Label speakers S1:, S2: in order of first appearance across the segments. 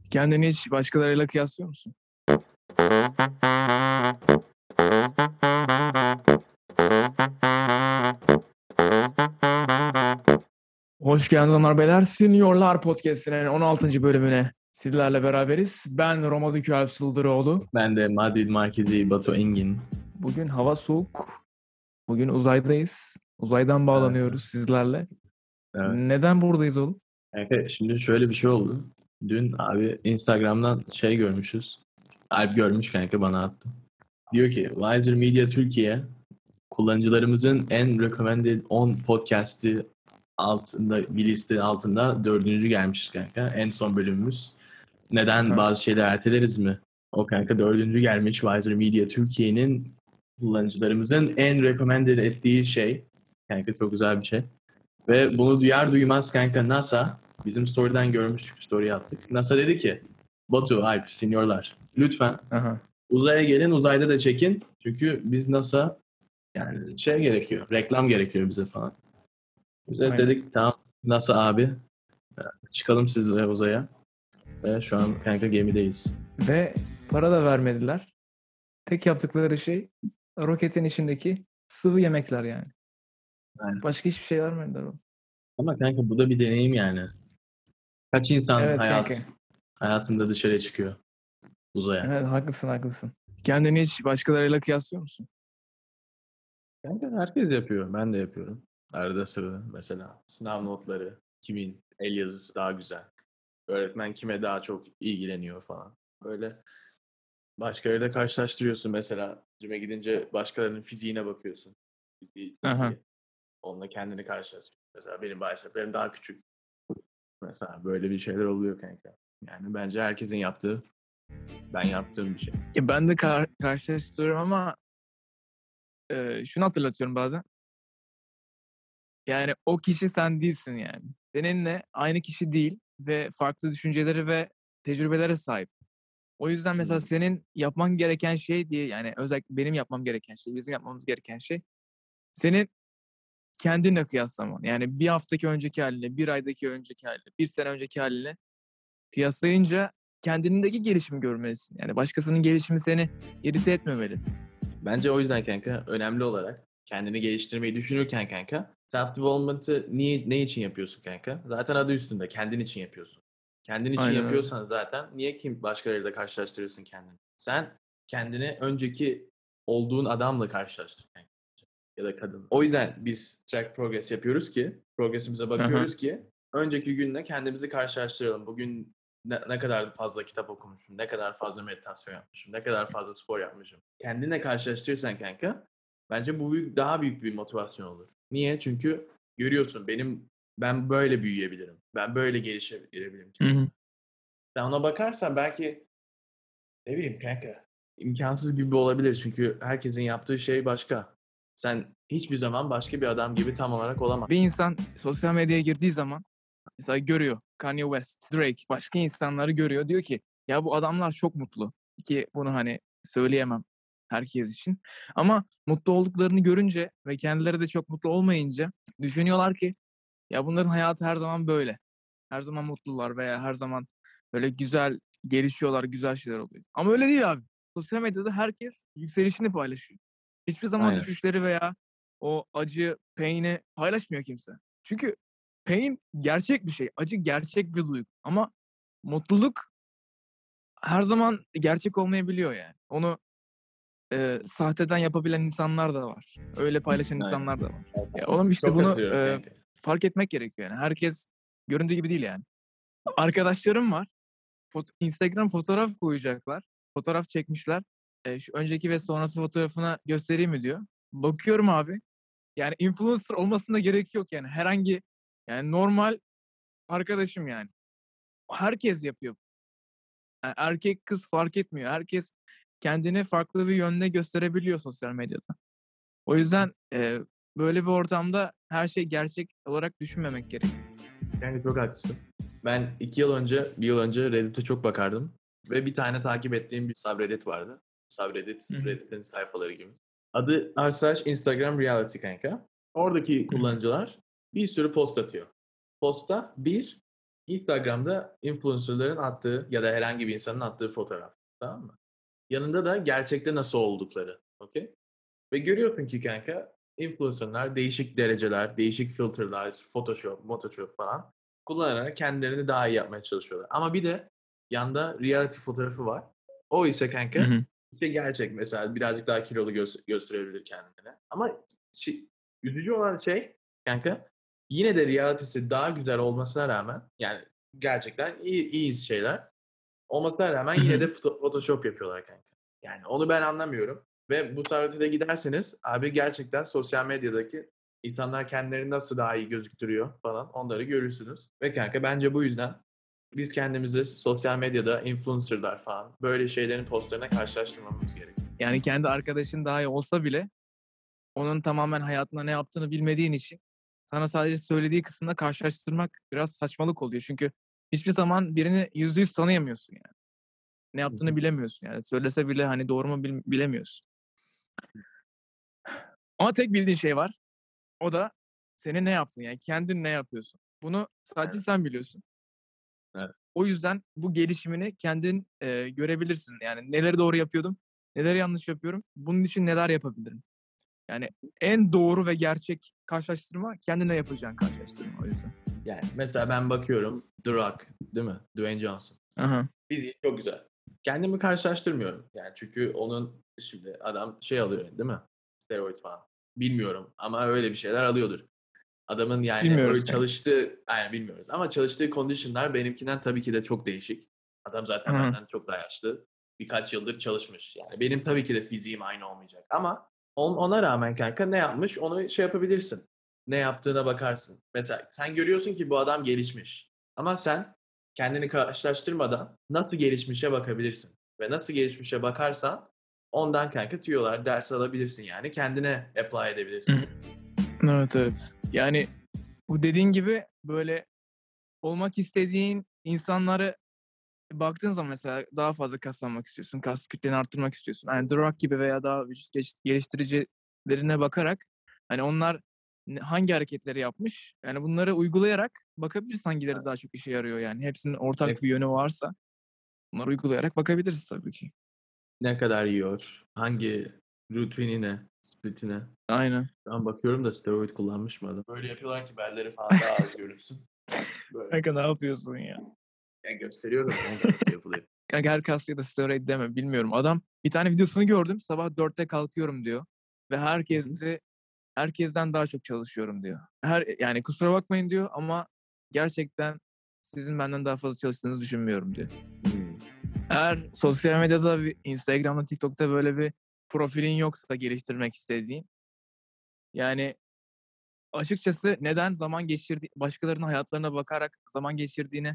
S1: Kendini hiç başkalarıyla kıyaslıyor musun? Hoş geldiniz hanımlar beyler. Seniorlar Podcast'inin 16. bölümüne sizlerle beraberiz. Ben Roma Dükü Alp Sıldıroğlu.
S2: Ben de Madrid Merkezi Batu Engin.
S1: Bugün hava soğuk. Bugün uzaydayız. Uzaydan bağlanıyoruz sizlerle.
S2: Evet.
S1: Neden buradayız oğlum?
S2: Evet, şimdi şöyle bir şey oldu. Dün abi Instagram'dan görmüşüz. Alp görmüş kanka, bana attı. Diyor ki Wiser Media Türkiye kullanıcılarımızın en recommended 10 podcast'i altında, bir liste altında 4. gelmiş kanka. En son bölümümüz. Neden bazı şeyler erteleriz mi? O kanka 4. gelmiş. Wiser Media Türkiye'nin kullanıcılarımızın en recommended ettiği şey. Kanka çok güzel bir şey. Ve bunu duyar duymaz kanka NASA, bizim story'den görmüştük, story attık. NASA dedi ki Batu, Alp, seniorlar lütfen uzaya gelin, uzayda da çekin. Çünkü biz NASA, yani gerekiyor, reklam gerekiyor bize falan. Biz de dedik tamam NASA abi, çıkalım sizle uzaya. Ve şu an kanka gemideyiz.
S1: Ve para da vermediler. Tek yaptıkları şey roketin içindeki sıvı yemekler yani.
S2: Aynen.
S1: Başka hiçbir şey vermediler oğlum.
S2: Ama kanka bu da bir deneyim yani. Kaç insan
S1: Evet,
S2: hayatında dışarıya çıkıyor uzaya?
S1: Evet, haklısın. Kendini hiç başkalarıyla kıyaslıyor musun?
S2: Kanka herkes yapıyor. Ben de yapıyorum. Arada sırada mesela sınav notları, kimin el yazısı daha güzel, öğretmen kime daha çok ilgileniyor falan. Böyle başkalarıyla karşılaştırıyorsun mesela. Cime gidince başkalarının fiziğine bakıyorsun. Fiziği çok iyi. Onunla kendini karşılaştırıyorsun. Mesela benim biceplerim daha küçük. Mesela böyle bir şeyler oluyor kanka. Yani bence herkesin yaptığı, ben yaptığım bir şey.
S1: Ben de karşılaştırıyorum ama şunu hatırlatıyorum bazen. Yani o kişi sen değilsin yani. Seninle aynı kişi değil ve farklı düşünceleri ve tecrübelere sahip. O yüzden mesela senin yapman gereken şey diye, yani özellikle benim yapmam gereken şey, bizim yapmamız gereken şey senin kendinle kıyaslaman. Yani bir haftaki önceki haline, bir aydaki önceki haline, bir sene önceki haline kıyaslayınca kendindeki gelişimi görmelisin. Yani başkasının gelişimi seni irite etmemeli.
S2: Bence o yüzden kanka önemli olarak kendini geliştirmeyi düşünürken kanka self-development'ı ne için yapıyorsun kanka? Zaten adı üstünde, kendin için yapıyorsun. Kendin için
S1: Aynen öyle.
S2: yapıyorsan zaten niye başkalarıyla karşılaştırırsın kendini? Sen kendini önceki olduğun adamla karşılaştır kanka. Ya da kadın. O yüzden biz track progress yapıyoruz ki, progressimize bakıyoruz ki önceki günle kendimizi karşılaştıralım. Bugün ne kadar fazla kitap okumuşum, ne kadar fazla meditasyon yapmışım, ne kadar fazla spor yapmışım. Kendine karşılaştırırsan kanka, bence bu daha büyük bir motivasyon olur. Niye? Çünkü görüyorsun ben böyle büyüyebilirim. Ben böyle gelişebilirim. Sen ona bakarsan belki ne bileyim kanka, imkansız gibi olabilir. Çünkü herkesin yaptığı şey başka. Sen hiçbir zaman başka bir adam gibi tam olarak olamazsın.
S1: Bir insan sosyal medyaya girdiği zaman mesela görüyor Kanye West, Drake, başka insanları görüyor. Diyor ki ya bu adamlar çok mutlu. Ki bunu hani söyleyemem herkes için. Ama mutlu olduklarını görünce ve kendileri de çok mutlu olmayınca düşünüyorlar ki ya bunların hayatı her zaman böyle. Her zaman mutlular veya her zaman böyle güzel gelişiyorlar, güzel şeyler oluyor. Ama öyle değil abi. Sosyal medyada herkes yükselişini paylaşıyor. Hiçbir zaman
S2: Aynen.
S1: düşüşleri veya o acı, pain'i paylaşmıyor kimse. Çünkü pain gerçek bir şey. Acı gerçek bir duygu. Ama mutluluk her zaman gerçek olmayabiliyor yani. Onu sahteden yapabilen insanlar da var. Öyle paylaşan insanlar da var. Oğlum işte
S2: Çok
S1: bunu
S2: katılıyorum kanka.
S1: fark etmek gerekiyor yani. Herkes göründüğü gibi değil yani. Arkadaşlarım var. Instagram fotoğraf koyacaklar. Fotoğraf çekmişler. Şu önceki ve sonrası fotoğrafına göstereyim mi diyor. Bakıyorum abi. Yani influencer olmasına gerek yok yani. Herhangi, yani normal arkadaşım yani. Herkes yapıyor. Yani erkek kız fark etmiyor. Herkes kendini farklı bir yönde gösterebiliyor sosyal medyada. O yüzden böyle bir ortamda her şey gerçek olarak düşünmemek gerekiyor.
S2: Yani çok haklısın. Ben bir yıl önce Reddit'e çok bakardım. Ve bir tane takip ettiğim bir subreddit vardı. Subreddit, Reddit'in sayfaları gibi. Adı /Instagram Reality kanka. Oradaki kullanıcılar bir sürü post atıyor. Posta bir Instagram'da influencer'ların attığı ya da herhangi bir insanın attığı fotoğraf. Tamam mı? Yanında da gerçekte nasıl oldukları. Okey? Ve görüyorsun ki kanka influencer'lar değişik dereceler, değişik filtre'lar, Photoshop falan kullanarak kendilerini daha iyi yapmaya çalışıyorlar. Ama bir de yanda reality fotoğrafı var. O ise
S1: Hı
S2: kanka
S1: hı.
S2: işte gerçek mesela birazcık daha kilolu gösterebilir kendini. Ama üzücü olan şey kanka yine de reality'si daha güzel olmasına rağmen yani gerçekten iyi şeyler olmasına rağmen
S1: Hı
S2: yine
S1: hı.
S2: de Photoshop yapıyorlar kanka. Yani onu ben anlamıyorum. Ve bu saate giderseniz abi gerçekten sosyal medyadaki insanlar kendilerini nasıl daha iyi gözüktürüyor falan onları görürsünüz. Ve kanka bence bu yüzden biz kendimizi sosyal medyada influencerlar falan böyle şeylerin postlarına karşılaştırmamamız gerekiyor.
S1: Yani kendi arkadaşın daha iyi olsa bile onun tamamen hayatında ne yaptığını bilmediğin için sana sadece söylediği kısımla karşılaştırmak biraz saçmalık oluyor. Çünkü hiçbir zaman birini %100 tanıyamıyorsun yani. Ne
S2: Hı
S1: yaptığını
S2: hı.
S1: bilemiyorsun yani. Söylese bile hani doğru mu bilemiyorsun. Ama tek bildiğin şey var. O da senin ne yaptın yani kendin ne yapıyorsun. Bunu sadece
S2: Evet,
S1: sen biliyorsun.
S2: evet.
S1: O yüzden bu gelişimini kendin görebilirsin. Yani neleri doğru yapıyordum, neleri yanlış yapıyorum, bunun için neler yapabilirim. Yani en doğru ve gerçek karşılaştırma kendine yapacağın karşılaştırma o yüzden.
S2: Yani mesela ben bakıyorum The Rock değil mi? Dwayne Johnson.
S1: Aha.
S2: Fiziği çok güzel. Kendimi karşılaştırmıyorum. Yani çünkü onun şimdi adam şey alıyor değil mi? Steroid falan. Bilmiyorum ama öyle bir şeyler alıyordur. Adamın yani
S1: Bilmiyoruz
S2: öyle
S1: kanka.
S2: çalıştığı, yani bilmiyoruz ama çalıştığı conditionlar benimkinden tabii ki de çok değişik. Adam zaten
S1: Aha.
S2: benden çok daha yaşlı. Birkaç yıldır çalışmış. Yani benim tabii ki de fiziğim aynı olmayacak. Ama ona rağmen kanka ne yapmış onu şey yapabilirsin. Ne yaptığına bakarsın. Mesela sen görüyorsun ki bu adam gelişmiş. Ama sen kendini karşılaştırmadan nasıl gelişmişe bakabilirsin. Ve nasıl gelişmişe bakarsan ondan kanka tüyolar, ders alabilirsin yani. Kendine apply
S1: Hı
S2: edebilirsin.
S1: hı. Evet evet. Yani bu dediğin gibi böyle olmak istediğin insanları baktığın zaman mesela daha fazla kaslanmak istiyorsun, kas kütleni arttırmak istiyorsun. Yani The Rock gibi veya daha vücut geliştiricilerine bakarak hani onlar hangi hareketleri yapmış? Yani bunları uygulayarak bakabilirsin hangileri daha çok işe yarıyor yani. Hepsinin ortak
S2: Ne,
S1: bir yönü varsa bunları uygulayarak bakabiliriz tabii ki.
S2: ne kadar yiyor? Hangi rutinine, splitine?
S1: Aynen.
S2: Şu an bakıyorum da steroid kullanmış mı adam? Böyle yapıyorlar ki belleri falan daha az görünsün. Böyle.
S1: Kanka ne yapıyorsun ya?
S2: Yani gösteriyorum kanka nasıl yapılıyor.
S1: Kanka her kaslıya da steroid deme bilmiyorum. Adam bir tane videosunu gördüm. Sabah 4'te kalkıyorum diyor. Ve
S2: Hı hı.
S1: herkesten daha çok çalışıyorum diyor. Yani kusura bakmayın diyor ama gerçekten sizin benden daha fazla çalıştığınızı düşünmüyorum diyor.
S2: Hmm.
S1: Eğer sosyal medyada, Instagram'da, TikTok'ta böyle bir profilin yoksa geliştirmek istediğin, yani açıkçası neden başkalarının hayatlarına bakarak zaman geçirdiğini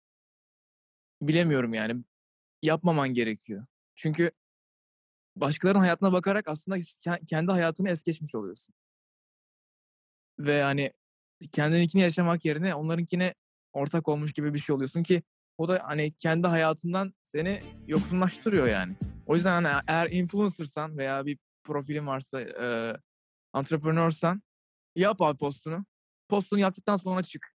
S1: bilemiyorum yani. Yapmaman gerekiyor. Çünkü başkalarının hayatına bakarak aslında kendi hayatını es geçmiş oluyorsun. Ve hani kendininkini yaşamak yerine onlarınkine ortak olmuş gibi bir şey oluyorsun ki o da hani kendi hayatından seni yoksunlaştırıyor yani. O yüzden hani eğer influencer'san veya bir profilin varsa, entrepreneur'san yap abi postunu. Postunu yaptıktan sonra çık.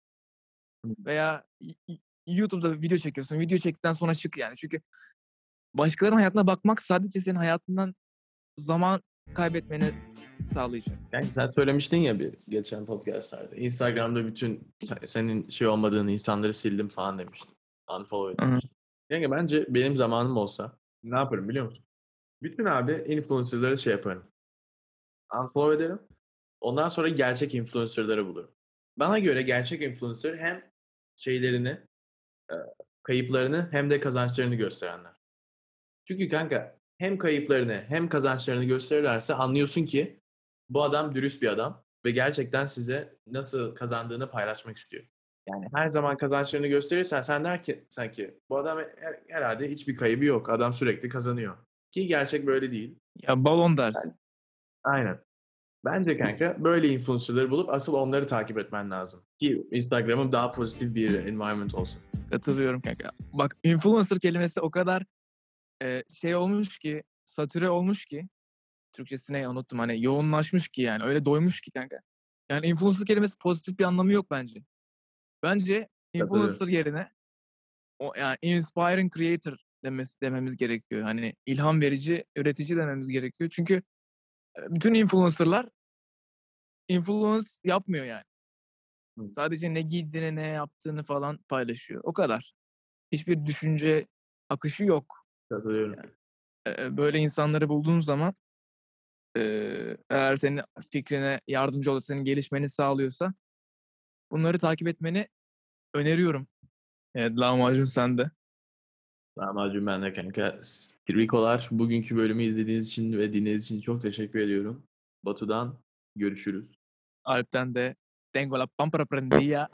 S1: Veya YouTube'da video çekiyorsun. Video çektikten sonra çık yani. Çünkü başkalarının hayatına bakmak sadece senin hayatından zaman kaybetmeni sağlayacak.
S2: Yani sen söylemiştin ya bir geçen podcastlarda. Instagram'da bütün senin şey olmadığını insanları sildim falan demiştin. Unfollow
S1: Hı hı.
S2: etmiştin. Yani bence benim zamanım olsa ne yaparım biliyor musun? Bütün abi influencerları şey yaparım. Unfollow ederim. Ondan sonra gerçek influencerları bulurum. Bana göre gerçek influencer hem şeylerini, e, kayıplarını hem de kazançlarını gösterenler. Çünkü kanka hem kayıplarını hem kazançlarını gösterirlerse anlıyorsun ki bu adam dürüst bir adam ve gerçekten size nasıl kazandığını paylaşmak istiyor. Yani her zaman kazançlarını gösterirsen sen der ki sanki bu adam herhalde hiçbir kaybı yok. Adam sürekli kazanıyor. Ki gerçek böyle değil.
S1: Ya balon dersin.
S2: Ben, aynen. Bence kanka böyle influencerları bulup asıl onları takip etmen lazım. Ki Instagram'ım daha pozitif bir environment olsun.
S1: Katılıyorum kanka. Bak influencer kelimesi o kadar şey olmuş ki, satüre olmuş ki, Türkçesine unuttum hani yoğunlaşmış ki yani öyle doymuş ki kanka. Yani influencer kelimesi pozitif bir anlamı yok bence. Bence Influencer yerine o yani inspiring creator dememiz gerekiyor. Hani ilham verici üretici dememiz gerekiyor. Çünkü bütün influencer'lar influence yapmıyor yani.
S2: Hı.
S1: Sadece ne giydiğini, ne yaptığını falan paylaşıyor. O kadar. Hiçbir düşünce akışı yok.
S2: Katılıyorum.
S1: Böyle insanları bulduğun zaman eğer senin fikrine yardımcı olursa, senin gelişmeni sağlıyorsa bunları takip etmeni öneriyorum. Evet, lahmacun sende.
S2: Lahmacun ben de kanka. Rikolar, bugünkü bölümü izlediğiniz için ve dinlediğiniz için çok teşekkür ediyorum. Batu'dan görüşürüz.
S1: Alp'ten de tengo la pámpara prendida.